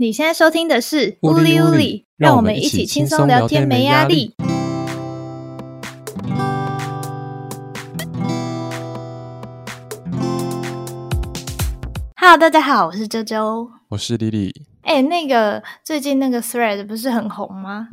你现在收听的是乌里乌里， 让我们一起轻松聊天，没压力。Hello， 大家好，我是周周， 我是丽丽。 那个最近那个 Thread 不是很红吗？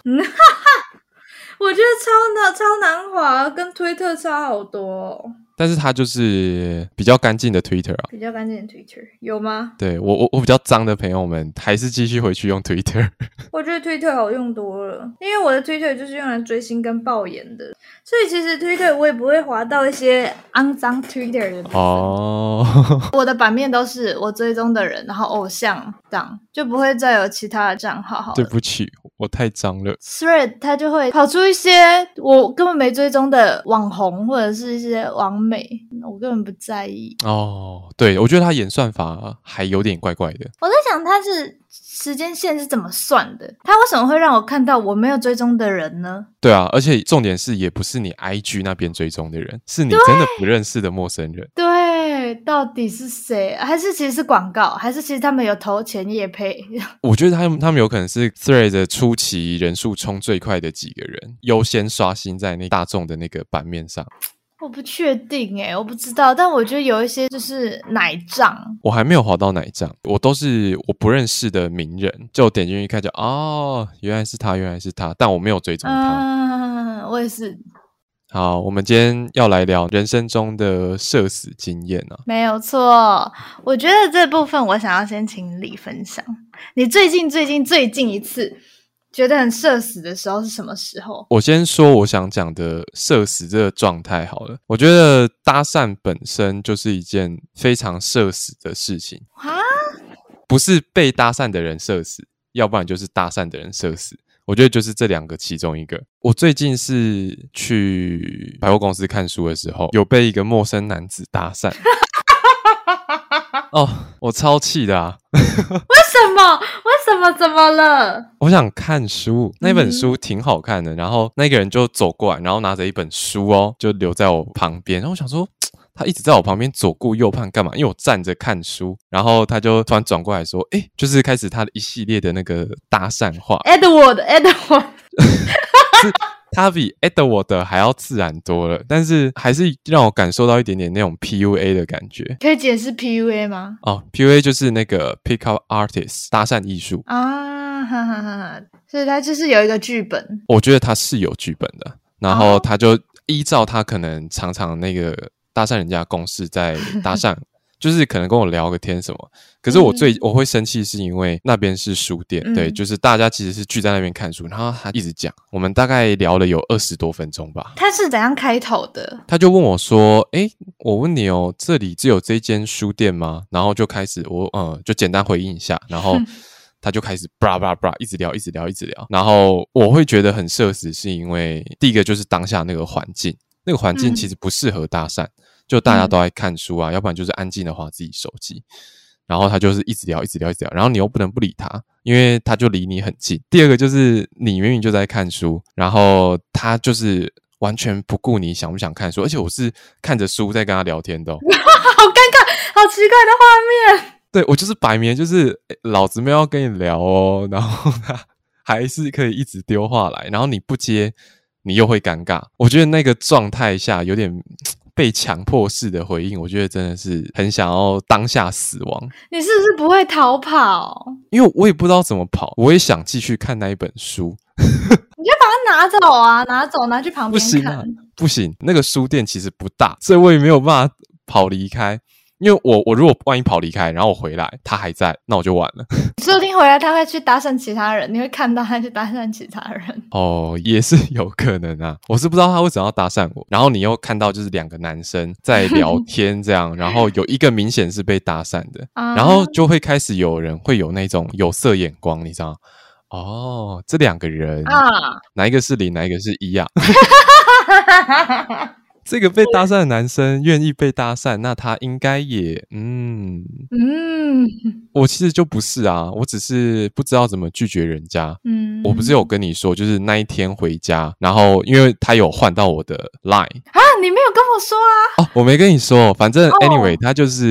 我觉得超难滑，跟推特差好多哦。 但是它就是比较干净的 Twitter 啊， 比较干净的 Twitter 有吗？ 对，我比较脏的朋友们还是继续回去用 Twitter。 我觉得 Twitter 好用多了，因为我的 Twitter 就是用来追星跟爆言的，所以其实 Twitter 我也不会滑到一些肮脏 Twitter 的部分。我的版面都是我追踪的人，然后偶像这样，就不会再有其他的账号。 对不起，我太脏了。 Thread 它就会跑出一些我根本没追踪的网红或者是一些网美，我根本不在意。 对，我觉得他演算法还有点怪怪的。 我在想他是时间线是怎么算的？他为什么会让我看到我没有追踪的人呢？ 对啊，而且重点是也不是你 IG 那边追踪的人，是你真的不认识的陌生人。 对，到底是谁？还是其实是广告？还是其实他们有投钱业配？ 我觉得他们有可能是 Thread 初期人数冲最快的几个人，优先刷新在那大众的那个版面上。 我不确定我不知道，但我觉得有一些就是奶账， 我还没有滑到奶账，我都是我不认识的名人，就点进去看就原来是他，但我没有追踪他。 我也是。 好，我们今天要来聊人生中的社死经验啊。 没有错，我觉得这部分我想要先请你分享，你最近一次觉得很社死的时候是什么时候？ 我先说我想讲的社死这个状态好了。我觉得搭讪本身就是一件非常社死的事情啊，不是被搭讪的人社死，要不然就是搭讪的人社死。我觉得就是这两个其中一个。我最近是去百货公司看书的时候，有被一个陌生男子搭讪。我超气的啊！为什么？怎么了？ 我想看书，那本书挺好看的，然后那个人就走过来，然后拿着一本书就留在我旁边，然后我想说他一直在我旁边左顾右盼干嘛？因为我站着看书，然后他就突然转过来说就是开始他的一系列的那个搭讪话。 Edward 他比 Edward 还要自然多了，但是还是让我感受到一点点那种 PUA 的感觉。 可以解释 PUA 吗 ？PUA 就是那个 Pick Up Artist 搭讪艺术啊， 所以他就是有一个剧本。 我觉得他是有剧本的，然后他就依照他可能常常那个搭讪人家的公式在搭讪。就是可能跟我聊个天什么，可是我会生气是因为那边是书店，对，就是大家其实是聚在那边看书，然后他一直讲，我们大概聊了有20多分钟吧。 他是怎样开头的？ 他就问我说我问你这里只有这间书店吗？然后就开始就简单回应一下，然后他就开始blah blah blah一直聊，然后我会觉得很社死，是因为第一个就是当下那个环境其实不适合搭讪。就大家都在看书啊，要不然就是安静的滑自己手机，然后他就是一直聊，然后你又不能不理他，因为他就离你很近。第二个就是你明明就在看书，然后他就是完全不顾你想不想看书，而且我是看着书在跟他聊天的好尴尬，好奇怪的画面。 对，我就是摆明就是老子没有要跟你聊然后他还是可以一直丢话来，然后你不接你又会尴尬。我觉得那个状态下有点被强迫式的回应，我觉得真的是很想要当下死亡。 你是不是不会逃跑？ 因为我也不知道怎么跑，我也想继续看那一本书。 你就把它拿走啊，拿去旁边看。 不行，那个书店其实不大，所以我也没有办法跑离开。因为我如果万一跑离开，然后我回来他还在，那我就完了。 说不定回来他会去搭讪其他人，你会看到他去搭讪其他人。 也是有可能啊。我是不知道他为什么要搭讪我，然后你又看到就是两个男生在聊天这样，然后有一个明显是被搭讪的，然后就会开始有人会有那种有色眼光，你知道这两个人哪一个是零，哪一个是一啊？这个被搭讪的男生愿意被搭讪，那他应该也我其实就不是啊，我只是不知道怎么拒绝人家。我不是有跟你说，就是那一天回家，然后因为他有换到我的 Line 啊，你没有跟我说啊？ 我没跟你说，反正 anyway 他就是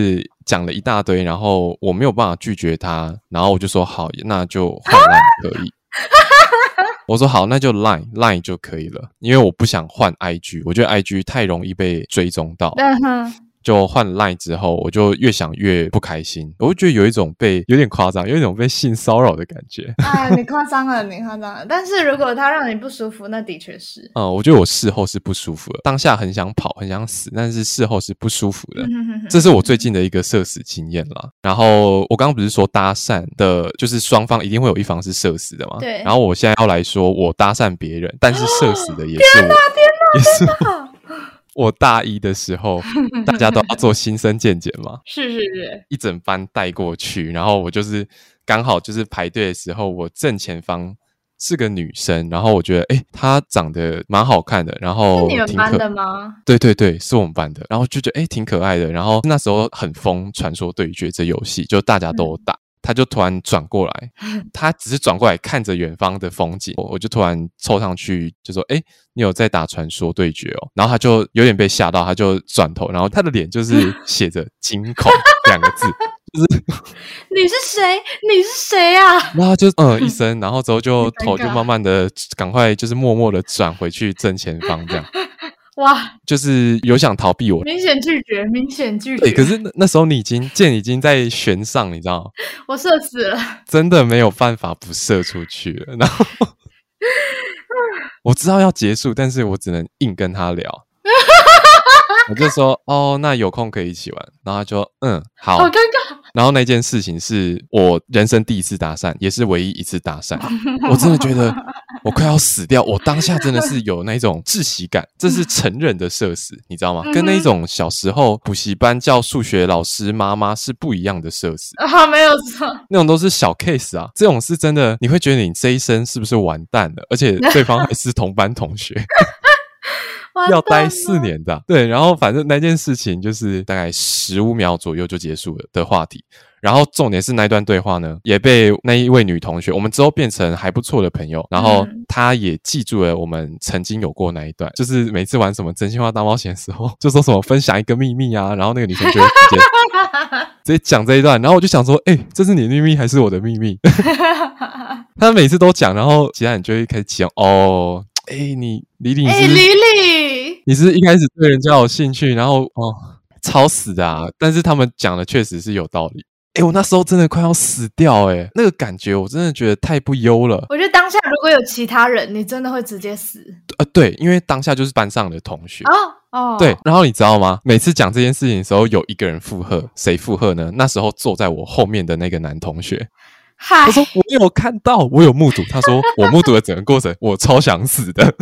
讲了一大堆，然后我没有办法拒绝他，然后我就说好，那就换 Line 可以。我说好，那就 Line 就可以了，因为我不想换 IG， 我觉得 IG 太容易被追踪到。就换 Line 之后，我就越想越不开心，我就觉得有一种有点夸张，有一种被性骚扰的感觉。 你夸张了，你夸张了。但是如果他让你不舒服，那的确是。 我觉得我事后是不舒服的，当下很想跑，很想死，但是事后是不舒服的。这是我最近的一个社死经验啦。然后我刚刚不是说搭讪的，就是双方一定会有一方是社死的嘛？ 对。 然后我现在要来说，我搭讪别人，但是社死的也是我。 天哪！ 我大一的时候，大家都要做新生健检嘛， 是， 一整班带过去，然后我就是刚好就是排队的时候，我正前方是个女生，然后我觉得她长得蛮好看的，然后是你们班的吗？ 对，是我们班的，然后就觉得挺可爱的，然后那时候很疯传说对决这游戏，就大家都有打。他就突然转过来，他只是转过来看着远方的风景，我就突然凑上去就说你有在打传说对决哦？然后他就有点被吓到，他就转头，然后他的脸就是写着惊恐2个字，就是你是谁？你是谁啊？ 然后就一声，然后之后就头就慢慢的赶快就是默默的转回去正前方这样。 哇， 就是有想逃避我， 明显拒绝。 对，可是那时候箭已经在弦上，你知道吗？ 我射死了， 真的没有办法不射出去了。然后我知道要结束，但是我只能硬跟他聊。我就说那有空可以一起玩，然后他就好， 好尴尬。 然后那件事情是我人生第一次搭讪，也是唯一一次搭讪。我真的觉得我快要死掉，我当下真的是有那种窒息感，这是成人的社死，你知道吗？跟那种小时候补习班叫数学老师妈妈是不一样的社死。 没有错， 那种都是小 case 啊，这种是真的，你会觉得你这一生是不是完蛋了？而且对方还是同班同学。要待4年的对，然后反正那件事情就是大概15秒左右就结束了的话题，然后重点是那段对话呢也被那一位女同学，我们之后变成还不错的朋友，然后她也记住了我们曾经有过那一段，就是每次玩什么真心话大冒险的时候就说什么分享一个秘密啊，然后那个女生就会直接讲这一段，然后我就想说这是你的秘密还是我的秘密？她每次都讲，然后其他人就会开始起哄你李李你是一开始对人家有兴趣，然后超死的啊！但是他们讲的确实是有道理。我那时候真的快要死掉那个感觉我真的觉得太不优了。 我觉得当下如果有其他人，你真的会直接死。 对，因为当下就是班上的同学哦， 对，然后你知道吗？每次讲这件事情的时候，有一个人附和，谁附和呢？那时候坐在我后面的那个男同学。他说我有看到，我有目睹。他说我目睹了整个过程，我超想死的。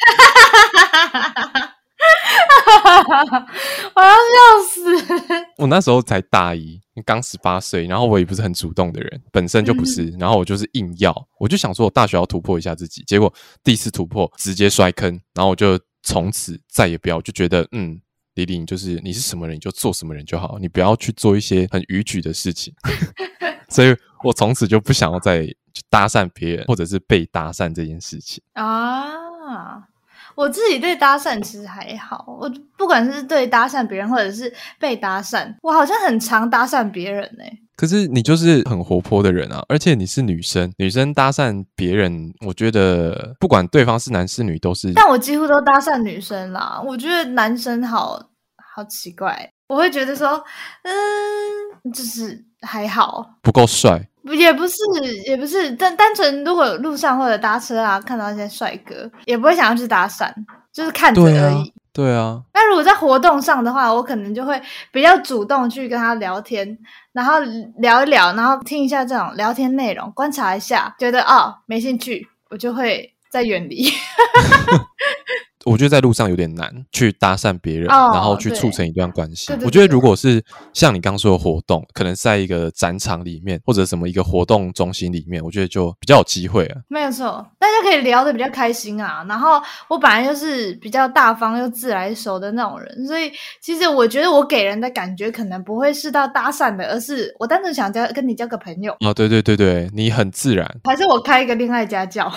我要笑死。 我那时候才大一，刚18岁，然后我也不是很主动的人，本身就不是，然后我就是硬要，我就想说我大学要突破一下自己，结果第一次突破直接摔坑，然后我就从此再也不要，就觉得李李就是你是什么人你就做什么人就好，你不要去做一些很逾矩的事情。所以我从此就不想要再搭讪别人或者是被搭讪这件事情啊。我自己对搭讪其实还好，我不管是对搭讪别人或者是被搭讪，我好像很常搭讪别人可是你就是很活泼的人啊，而且你是女生搭讪别人，我觉得不管对方是男是女都是。 但我几乎都搭讪女生啦，我觉得男生好奇怪，我会觉得说就是还好， 不够帅。 也不是，单纯如果路上或者搭车啊看到一些帅哥，也不会想要去搭讪，就是看着而已。 对啊。 那如果在活动上的话，我可能就会比较主动去跟他聊天，然后聊一聊，然后听一下这种聊天内容，观察一下，觉得没兴趣，我就会再远离。 我觉得在路上有点难去搭讪别人，然后去促成一段关系。我觉得如果是像你刚说的活动，可能在一个展场里面或者什么一个活动中心里面，我觉得就比较有机会啊。 没有错，大家可以聊得比较开心啊。然后我本来就是比较大方又自来熟的那种人，所以其实我觉得我给人的感觉可能不会是到搭讪的，而是我单纯想跟你交个朋友。 对，你很自然。 还是我开一个恋爱家教。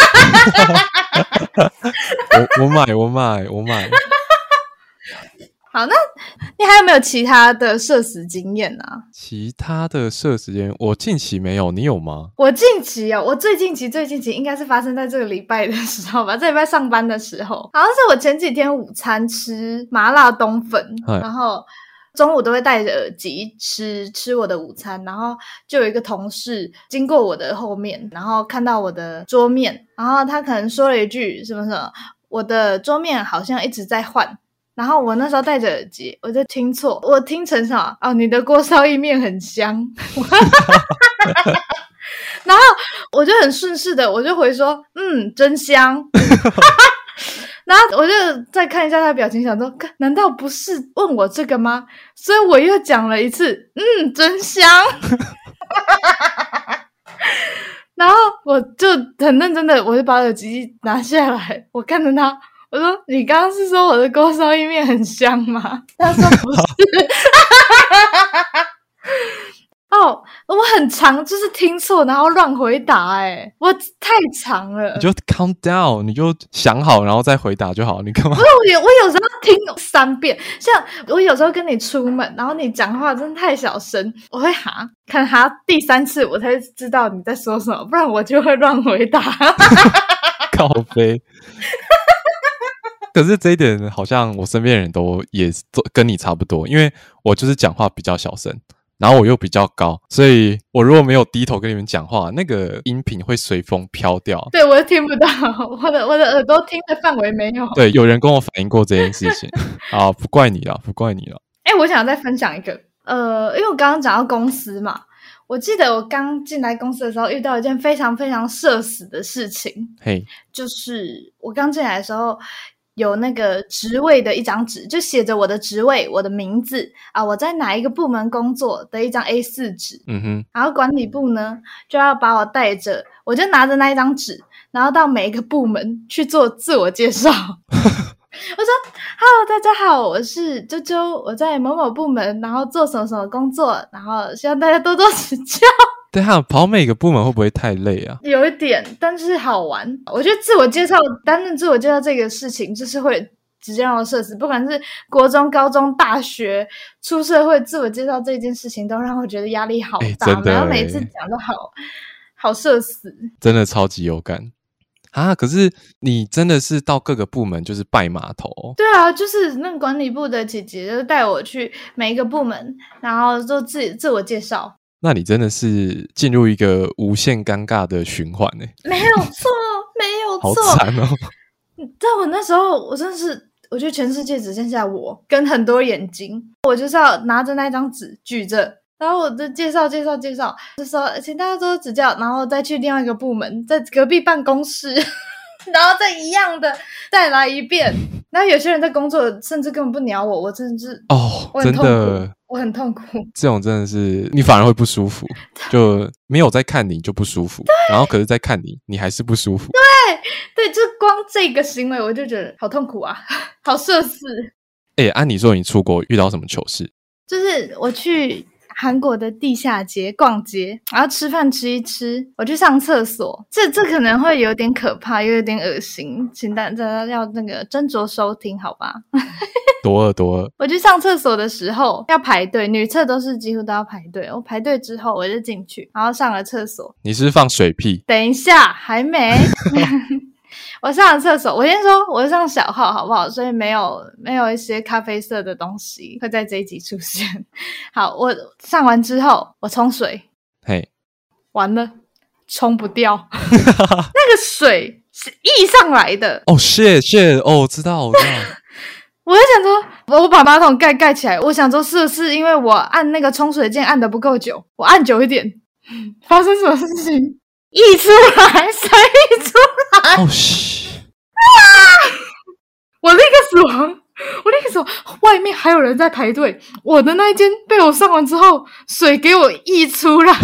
我买。 好，那你还有没有其他的社死经验啊？ 其他的社死经验，我近期没有，你有吗？ 我近期我最近期应该是发生在这个礼拜的时候吧，这礼拜上班的时候，好像是我前几天午餐吃麻辣冬粉，然后中午都会戴着耳机吃我的午餐，然后就有一个同事经过我的后面，然后看到我的桌面，然后他可能说了一句什么什么，我的桌面好像一直在换。然后我那时候戴着耳机，我就听错，我听成什么？哦，你的锅烧意面很香。然后我就很顺势的，我就回说，真香。然后我就再看一下他的表情，想说，难道不是问我这个吗？所以我又讲了一次，真香。然后我就很认真的，我就把耳机拿下来，我看着他。我说你刚刚是说我的锅烧意面很香吗？他说不是。我很长就是听错然后乱回答我太长了。 你就 count down， 你就想好然后再回答就好，你干嘛？ 不是我有时候听3遍，像我有时候跟你出门，然后你讲话真的太小声，我会可能第3次我才知道你在说什么，不然我就会乱回答。 靠北。可是这一点好像我身边的人都也跟你差不多，因为我就是讲话比较小声，然后我又比较高，所以我如果没有低头跟你们讲话，那个音频会随风飘掉。 对，我听不到，我的耳朵听的范围没有。 对，有人跟我反映过这件事情。好，不怪你了。 我想再分享一个，因为我刚刚讲到公司嘛，我记得我刚进来公司的时候遇到一件非常非常社死的事情。就是我刚进来的时候有那个职位的一张纸，就写着我的职位、我的名字我在哪一个部门工作的一张 A4 纸。然后管理部呢就要把我带着，我就拿着那一张纸，然后到每一个部门去做自我介绍。我说 Hello 大家好，我是啾啾，我在某某部门，然后做什么什么工作，然后希望大家多多指教。 对啊，跑每个部门会不会太累啊？ 有一点，但是好玩。我觉得担任自我介绍这个事情就是会直接让我社死，不管是国中、高中、大学、出社会，自我介绍这件事情都让我觉得压力好大，然后每次讲都好社死， 真的超级有感啊！可是你真的是到各个部门就是拜码头。 对啊，就是那个管理部的姐姐就带我去每一个部门，然后做自我介绍。 那你真的是进入一个无限尴尬的循环没有错，没有错， 好惨哦！ 在我那时候，我真的是，我觉得全世界只剩下我跟很多眼睛，我就是要拿着那张纸举着，然后我就介绍，就说请大家多指教，然后再去另外一个部门，在隔壁办公室，然后再一样的再来一遍。然后有些人在工作甚至根本不鸟我，我真的是我很痛苦，真的我很痛苦。 这种真的是你反而会不舒服，就没有在看你就不舒服，然后可是在看你还是不舒服。 对，就光这个行为我就觉得好痛苦啊，好社死。 按你说你出国遇到什么糗事？就是我去韩国的地下街逛街，然后吃饭吃一吃，我去上厕所，这可能会有点可怕，又有点恶心，请大家要那个斟酌收听好吧。 多饿。我去上厕所的时候要排队，女厕都是几乎都要排队，我排队之后我就进去，然后上了厕所。 你是放水屁？ 等一下，还没。我上了厕所，我先说我上小号好不好，所以没有一些咖啡色的东西会在这一集出现。好，我上完之后我冲水，完了冲不掉。那个水是溢上来的。 shit 我知道我就想说我把马桶盖起来，我想说是不是因为我按那个冲水键按得不够久，我按久一点，发生什么事情？溢出来，水溢出来！我立刻死亡！外面还有人在排队，我的那一间被我上完之后，水给我溢出来。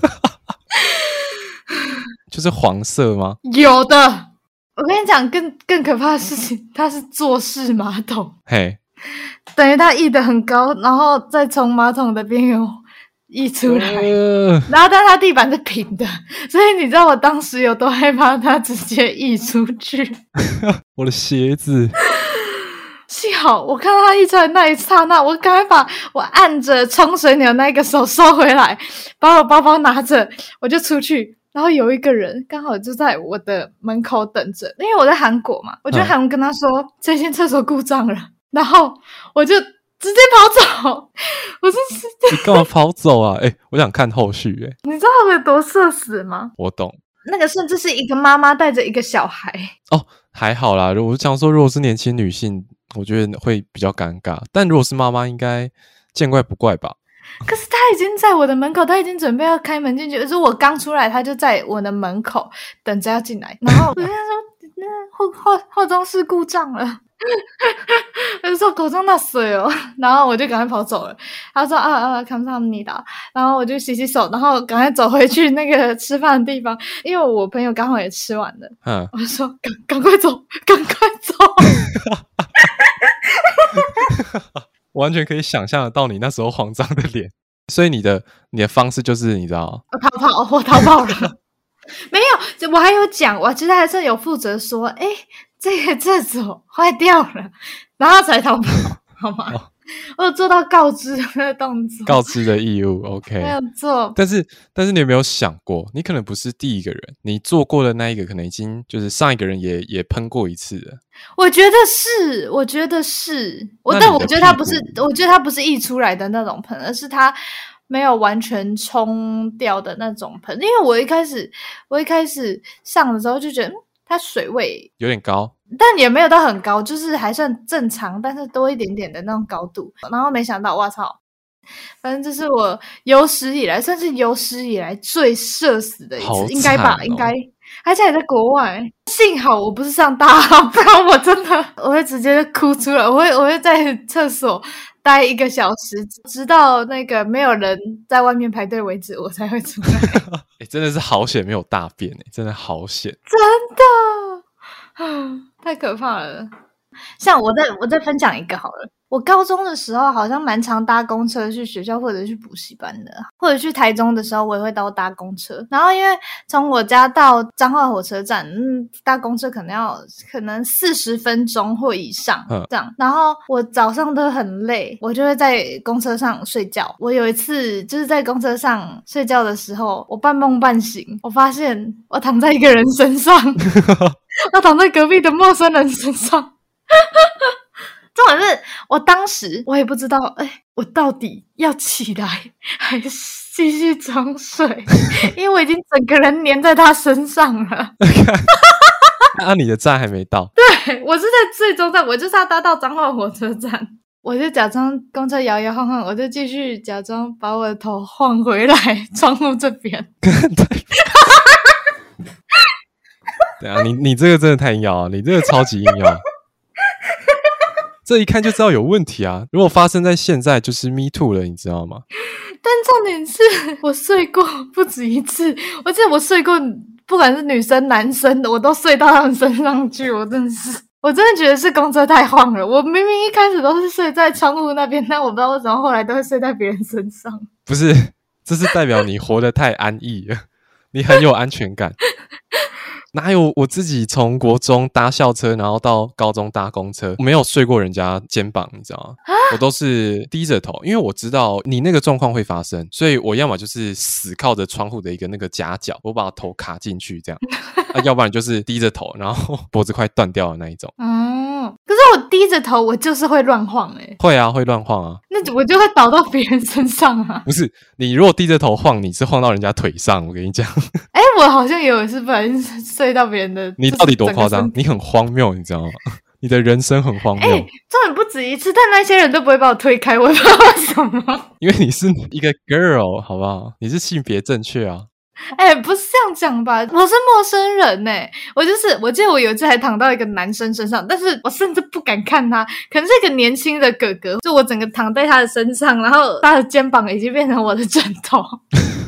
就是黄色吗？ 有的，我跟你讲，更可怕的事情，它是坐式马桶。等于它溢得很高，然后再从马桶的边缘溢出来，然后但它地板是平的，所以你知道我当时有多害怕它直接溢出去。 我的鞋子， 幸好我看到他一出来那一刹那，我赶快把我按着冲水钮那个手收回来，把我包包拿着，我就出去。然后有一个人刚好就在我的门口等着，因为我在韩国嘛，我就韩文跟他说这间厕所故障了，然后我就直接跑走。我是你干嘛跑走啊？我想看后续你知道他们有多社死吗？ 我懂， 那个甚至是一个妈妈带着一个小孩。 还好啦。我想说，如果是年轻女性，我觉得会比较尴尬，但如果是妈妈，应该见怪不怪吧。 可是他已经在我的门口，他已经准备要开门进去，就是我刚出来，他就在我的门口等着要进来。然后我跟他说，化妆室故障了。他就说口罩那水哦，然后我就赶快跑走了。他说감사합니다，然后我就洗洗手，然后赶快走回去那个吃饭的地方，因为我朋友刚好也吃完了。我就说赶快走，赶快走。 完全可以想象得到你那时候慌张的脸，所以你的方式就是你知道， 我逃跑了。没有，我还有讲，我其实还是有负责说，这个厕所坏掉了，然后才逃跑，好吗？我有做到告知的动作， 告知的义务 ，OK， 没有做。但是你有没有想过，你可能不是第一个人，你做过的那一个可能已经就是上一个人也喷过一次了。 我觉得是，但我觉得他不是溢出来的那种喷，而是他没有完全冲掉的那种喷。因为我一开始上的时候就觉得，它水位有点高， 但也没有到很高，就是还算正常，但是多一点点的那种高度。然后没想到，哇操！反正这是我算是有史以来最社死的一次，应该吧？应该，而且还在国外。幸好我不是上大号，不然我会直接哭出来。我会在厕所待1个小时，直到那个没有人在外面排队为止，我才会出来。 真的是好险没有大便真的好险， 真的太可怕了。像我再分享一个好了。我高中的时候好像蛮常搭公车去学校或者去补习班的，或者去台中的时候我也会搭公车。然后因为从我家到彰化火车站，搭公车可能40分钟或以上这样。然后我早上都很累，我就会在公车上睡觉。我有一次就是在公车上睡觉的时候，我半梦半醒，我发现我躺在一个人身上，我躺在隔壁的陌生人身上。重点是我当时我也不知道，我到底要起来还是继续装睡，因为我已经整个人黏在他身上了。 你的站还没到？ 对，我是在最终站，我就是要搭到彰化火车站，我就假装公车摇摇晃晃，我就继续假装把我的头晃回来窗户这边。 对啊，你这个真的太硬要了，你这个超级硬要。这一看就知道有问题啊！如果发生在现在，就是 me too 了，你知道吗？ 但重点是我睡过不止一次，我记得我睡过，不管是女生男生的，我都睡到他们身上去。我真的觉得是公车太晃了。我明明一开始都是睡在窗户那边，但我不知道为什么后来都会睡在别人身上。 不是，这是代表你活得太安逸了，你很有安全感。哪有我自己从国中搭校车，然后到高中搭公车，我没有睡过人家肩膀，你知道吗？我都是低着头，因为我知道你那个状况会发生，所以我要么就是死靠着窗户的一个那个夹角，我把头卡进去这样，要不然就是低着头，然后脖子快断掉的那一种。 可是我低着头，我就是会乱晃会啊，会乱晃啊。 那我就会倒到别人身上啊。 不是，你如果低着头晃，你是晃到人家腿上，我跟你讲。 我好像有一次不小心睡到别人的。 你到底多夸张？你很荒谬，你知道吗？你的人生很荒谬。 重点不止一次，但那些人都不会把我推开，我不知道为什么。 因为你是一个 girl， 好不好？你是性别正确啊。 不是这样讲吧？我是陌生人我记得我有一次还躺到一个男生身上，但是我甚至不敢看他，可能是一个年轻的哥哥，就我整个躺在他的身上，然后他的肩膀已经变成我的枕头。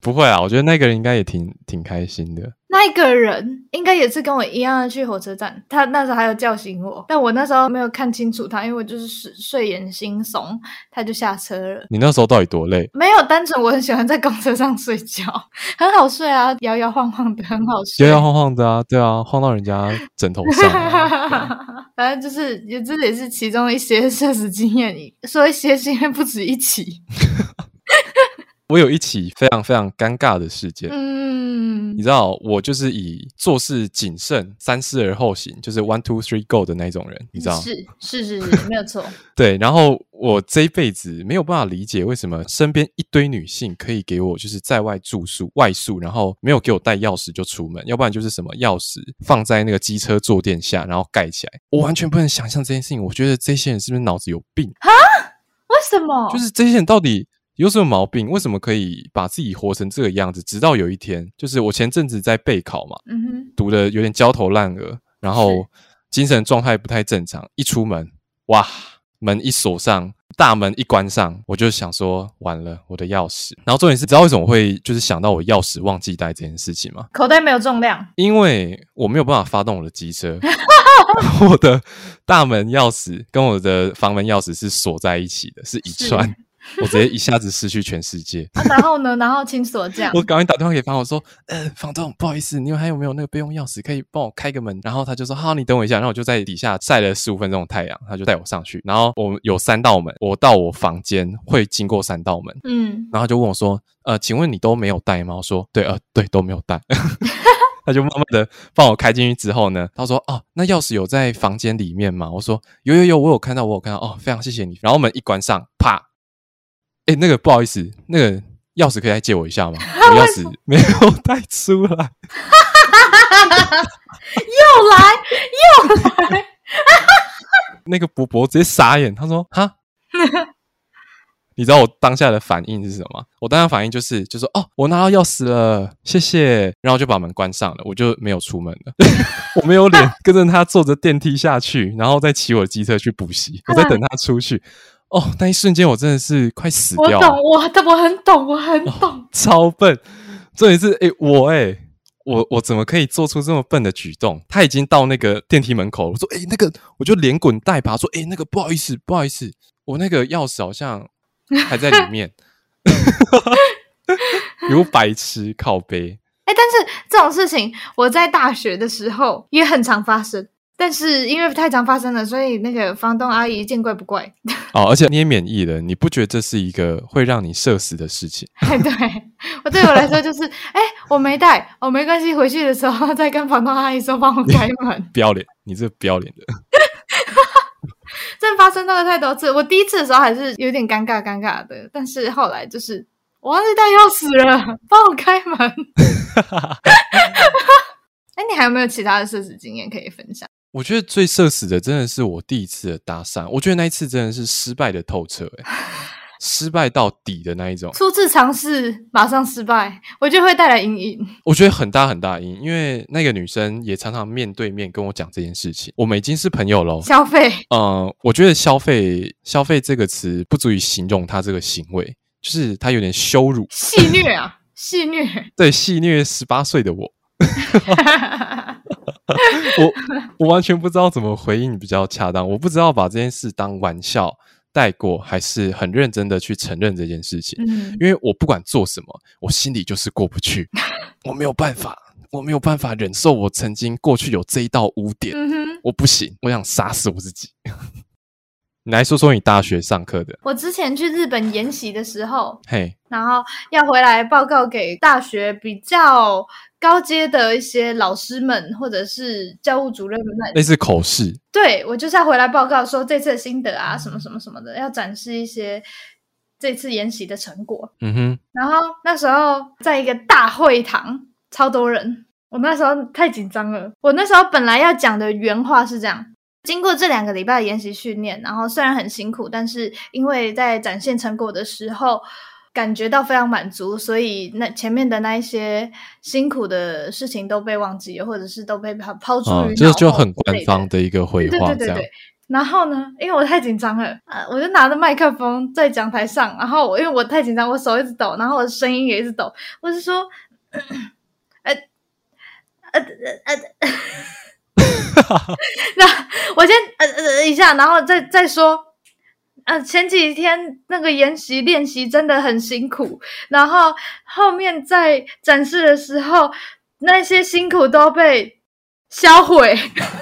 不会啊，我觉得那个人应该也挺开心的。 那一个人应该也是跟我一样的去火车站，他那时候还有叫醒我，但我那时候没有看清楚他，因为我就是睡眼惺忪，他就下车了。 你那时候到底多累？ 没有，单纯我很喜欢在公车上睡觉，很好睡啊，摇摇晃晃的，很好睡。 摇摇晃晃的啊，对啊，晃到人家枕头上啊。 反正就是这也是其中一些社死经验，说一些是因为不止一起。 我有一起非常非常尴尬的事件，你知道我就是以做事谨慎、三思而后行，就是 1 2 3 go 的那种人，你知道？ 是，没有错。 对，然后我这一辈子没有办法理解为什么身边一堆女性可以给我就是在外住宿外宿，然后没有给我带钥匙就出门，要不然就是什么钥匙放在那个机车坐垫下，然后盖起来。我完全不能想象这件事情，我觉得这些人是不是脑子有病？ 哈？为什么？ 就是这些人到底有什么毛病？为什么可以把自己活成这个样子？直到有一天，就是我前阵子在备考嘛，读的有点焦头烂额，然后精神状态不太正常，一出门，哇，门一锁上，大门一关上，我就想说完了，我的钥匙。然后重点是，知道为什么会就是想到我钥匙忘记带这件事情吗？ 口袋没有重量， 因为我没有办法发动我的机车。我的大门钥匙跟我的房门钥匙是锁在一起的，是一串。我直接一下子失去全世界。 然后呢？然后亲锁这样。 我赶快打电话给房东说，房东，不好意思，你还有没有那个备用钥匙可以帮我开个门？然后他就说，好，你等我一下。然后我就在底下晒了15分钟的太阳，他就带我上去。然后我有3道门，我到我房间会经过3道门。然后他就问我说，请问你都没有带吗？我说，对，都没有带。他就慢慢的帮我开进去之后呢，他说，哦，那钥匙有在房间里面吗？我说，有，我有看到，哦，非常谢谢你。然后门一关上，啪。那个不好意思，那个钥匙可以再借我一下吗？我钥匙没有带出来。 又来那个伯伯直接傻眼，他说哈。你知道我当下的反应是什么吗？我当下反应就说哦，我拿到钥匙了，谢谢。然后就把门关上了，我就没有出门了。我没有脸跟着他坐着电梯下去，然后再骑我的机车去补习。我在等他出去。哦，那一瞬间我真的是快死掉了。 我很懂， 超笨。重点是，我怎么可以做出这么笨的举动？他已经到那个电梯门口了，我说，那个，我就连滚带爬说，那个不好意思，我那个钥匙好像还在里面。有白痴靠背。 但是这种事情我在大学的时候也很常发生。但是因为太常发生了，所以那个房东阿姨见怪不怪。 而且你也免疫了，你不觉得这是一个会让你社死的事情？ 对，对我来说就是，我没带，没关系，回去的时候再跟房东阿姨说帮我开门。 不要脸，你这不要脸的。 这发生了太多次，我第一次的时候还是有点尴尬的，但是后来就是我忘记带钥匙了，帮我开门。你还有没有其他的社死经验可以分享？ 我觉得最社死的真的是我第一次的搭讪，我觉得那一次真的是失败的透彻，失败到底的那一种。 初次尝试马上失败，我觉得会带来阴影。 我觉得很大很大的阴影，因为那个女生也常常面对面跟我讲这件事情，我们已经是朋友了。 消费， 我觉得消费这个词不足以形容她这个行为，就是她有点羞辱， 戏虐啊，戏虐， 对，戏虐18岁的我。我完全不知道怎么回应比较恰当，我不知道把这件事当玩笑带过，还是很认真的去承认这件事情。因为我不管做什么，我心里就是过不去。我没有办法忍受我曾经过去有这一道污点。我不行，我想杀死我自己。你来说说你大学上课的。 我之前去日本研习的时候，然后要回来报告给大学比较高阶的一些老师们或者是教务主任们， 类似口试。 对，我就是要回来报告说这次的心得啊，什么什么什么的，要展示一些这次研习的成果。然后那时候在一个大会堂，超多人，我那时候太紧张了。我那时候本来要讲的原话是这样：经过这2个礼拜的研习训练，然后虽然很辛苦，但是因为在展现成果的时候感觉到非常满足，所以那前面的那一些辛苦的事情都被忘记了，或者是都被抛诸于脑后。 这就很官方的一个回话。 对。 然后呢，因为我太紧张了，我就拿着麦克风在讲台上，然后因为我太紧张，我手一直抖，然后我的声音也一直抖，我就说，那我先一下，然后再说，前几天那个研习练习真的很辛苦，然后后面在展示的时候，那些辛苦都被销毁。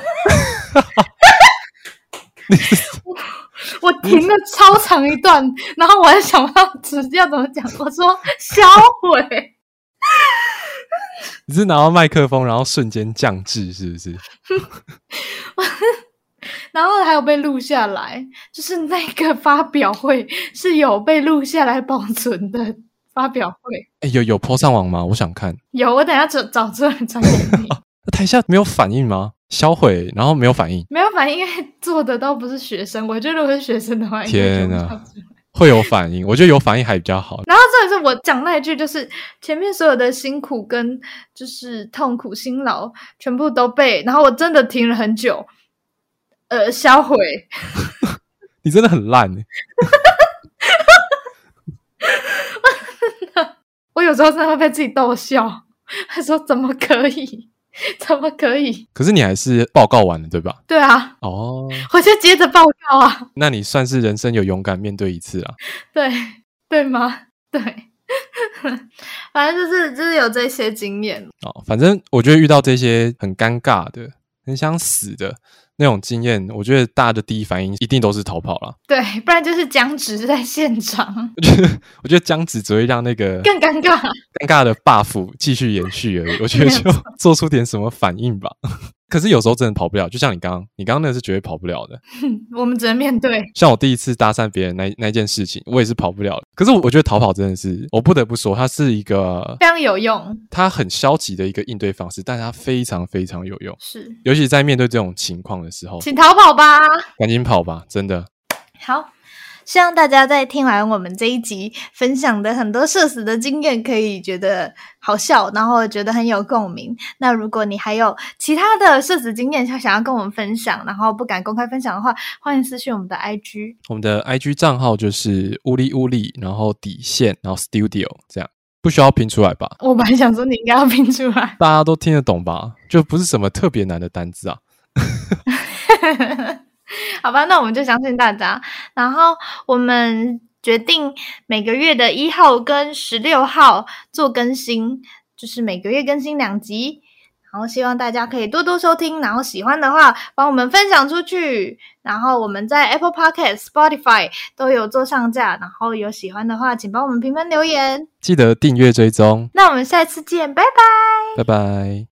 我停了超长一段，然后我还想不到要怎么讲，我说销毁。 你是拿到麦克风然后瞬间降智是不是？ 然后还有被录下来，就是那个发表会是有被录下来保存的发表会。 有 po 上网吗？我想看。 有，我等一下找出来传给你。 台下没有反应吗？销毁然后没有反应？ 没有反应，因为做的都不是学生，我觉得如果是学生的话， 天哪，会有反应，我觉得有反应还比较好。 然后这也是我讲那一句，就是前面所有的辛苦跟就是痛苦辛劳全部都被，然后我真的停了很久，销毁。 你真的很烂耶。 我有时候真的会被自己逗笑，他说怎么可以？怎么可以？ 可是你还是报告完了对吧？ 对啊。 哦， 我就接着报告啊。 那你算是人生有勇敢面对一次啊。 对吗？对。反正就是有这些经验。 反正我觉得遇到这些很尴尬的很想死的那种经验，我觉得大家的第一反应一定都是逃跑啦。 对，不然就是僵直在现场。 我觉得僵直只会让那个更尴尬的 buff 继续延续而已。我觉得就做出点什么反应吧。可是有时候真的跑不了，就像你刚刚那个是绝对跑不了的。 我们只能面对。 像我第一次搭讪别人那件事情，我也是跑不了的。可是我觉得逃跑真的是，我不得不说它是一个非常有用， 它很消极的一个应对方式，但它非常非常有用。 是， 尤其在面对这种情况的时候， 请逃跑吧， 赶紧跑吧，真的。 好，希望大家在听完我们这一集分享的很多社死的经验，可以觉得好笑，然后觉得很有共鸣。那如果你还有其他的社死经验想要跟我们分享，然后不敢公开分享的话，欢迎私讯我们的 IG。 我们的 IG 账号就是乌力乌力，然后底线，然后 studio 这样，不需要拼出来吧？ 我本来想说你应该要拼出来， 大家都听得懂吧？就不是什么特别难的单字啊。 好吧，那我们就相信大家。然后我们决定每个月的1号跟16号做更新，就是每个月更新2集。然后希望大家可以多多收听，然后喜欢的话帮我们分享出去。然后我们在 Apple Podcast、Spotify 都有做上架，然后有喜欢的话请帮我们评分留言， 记得订阅追踪。 那我们下次见，拜拜， 拜拜。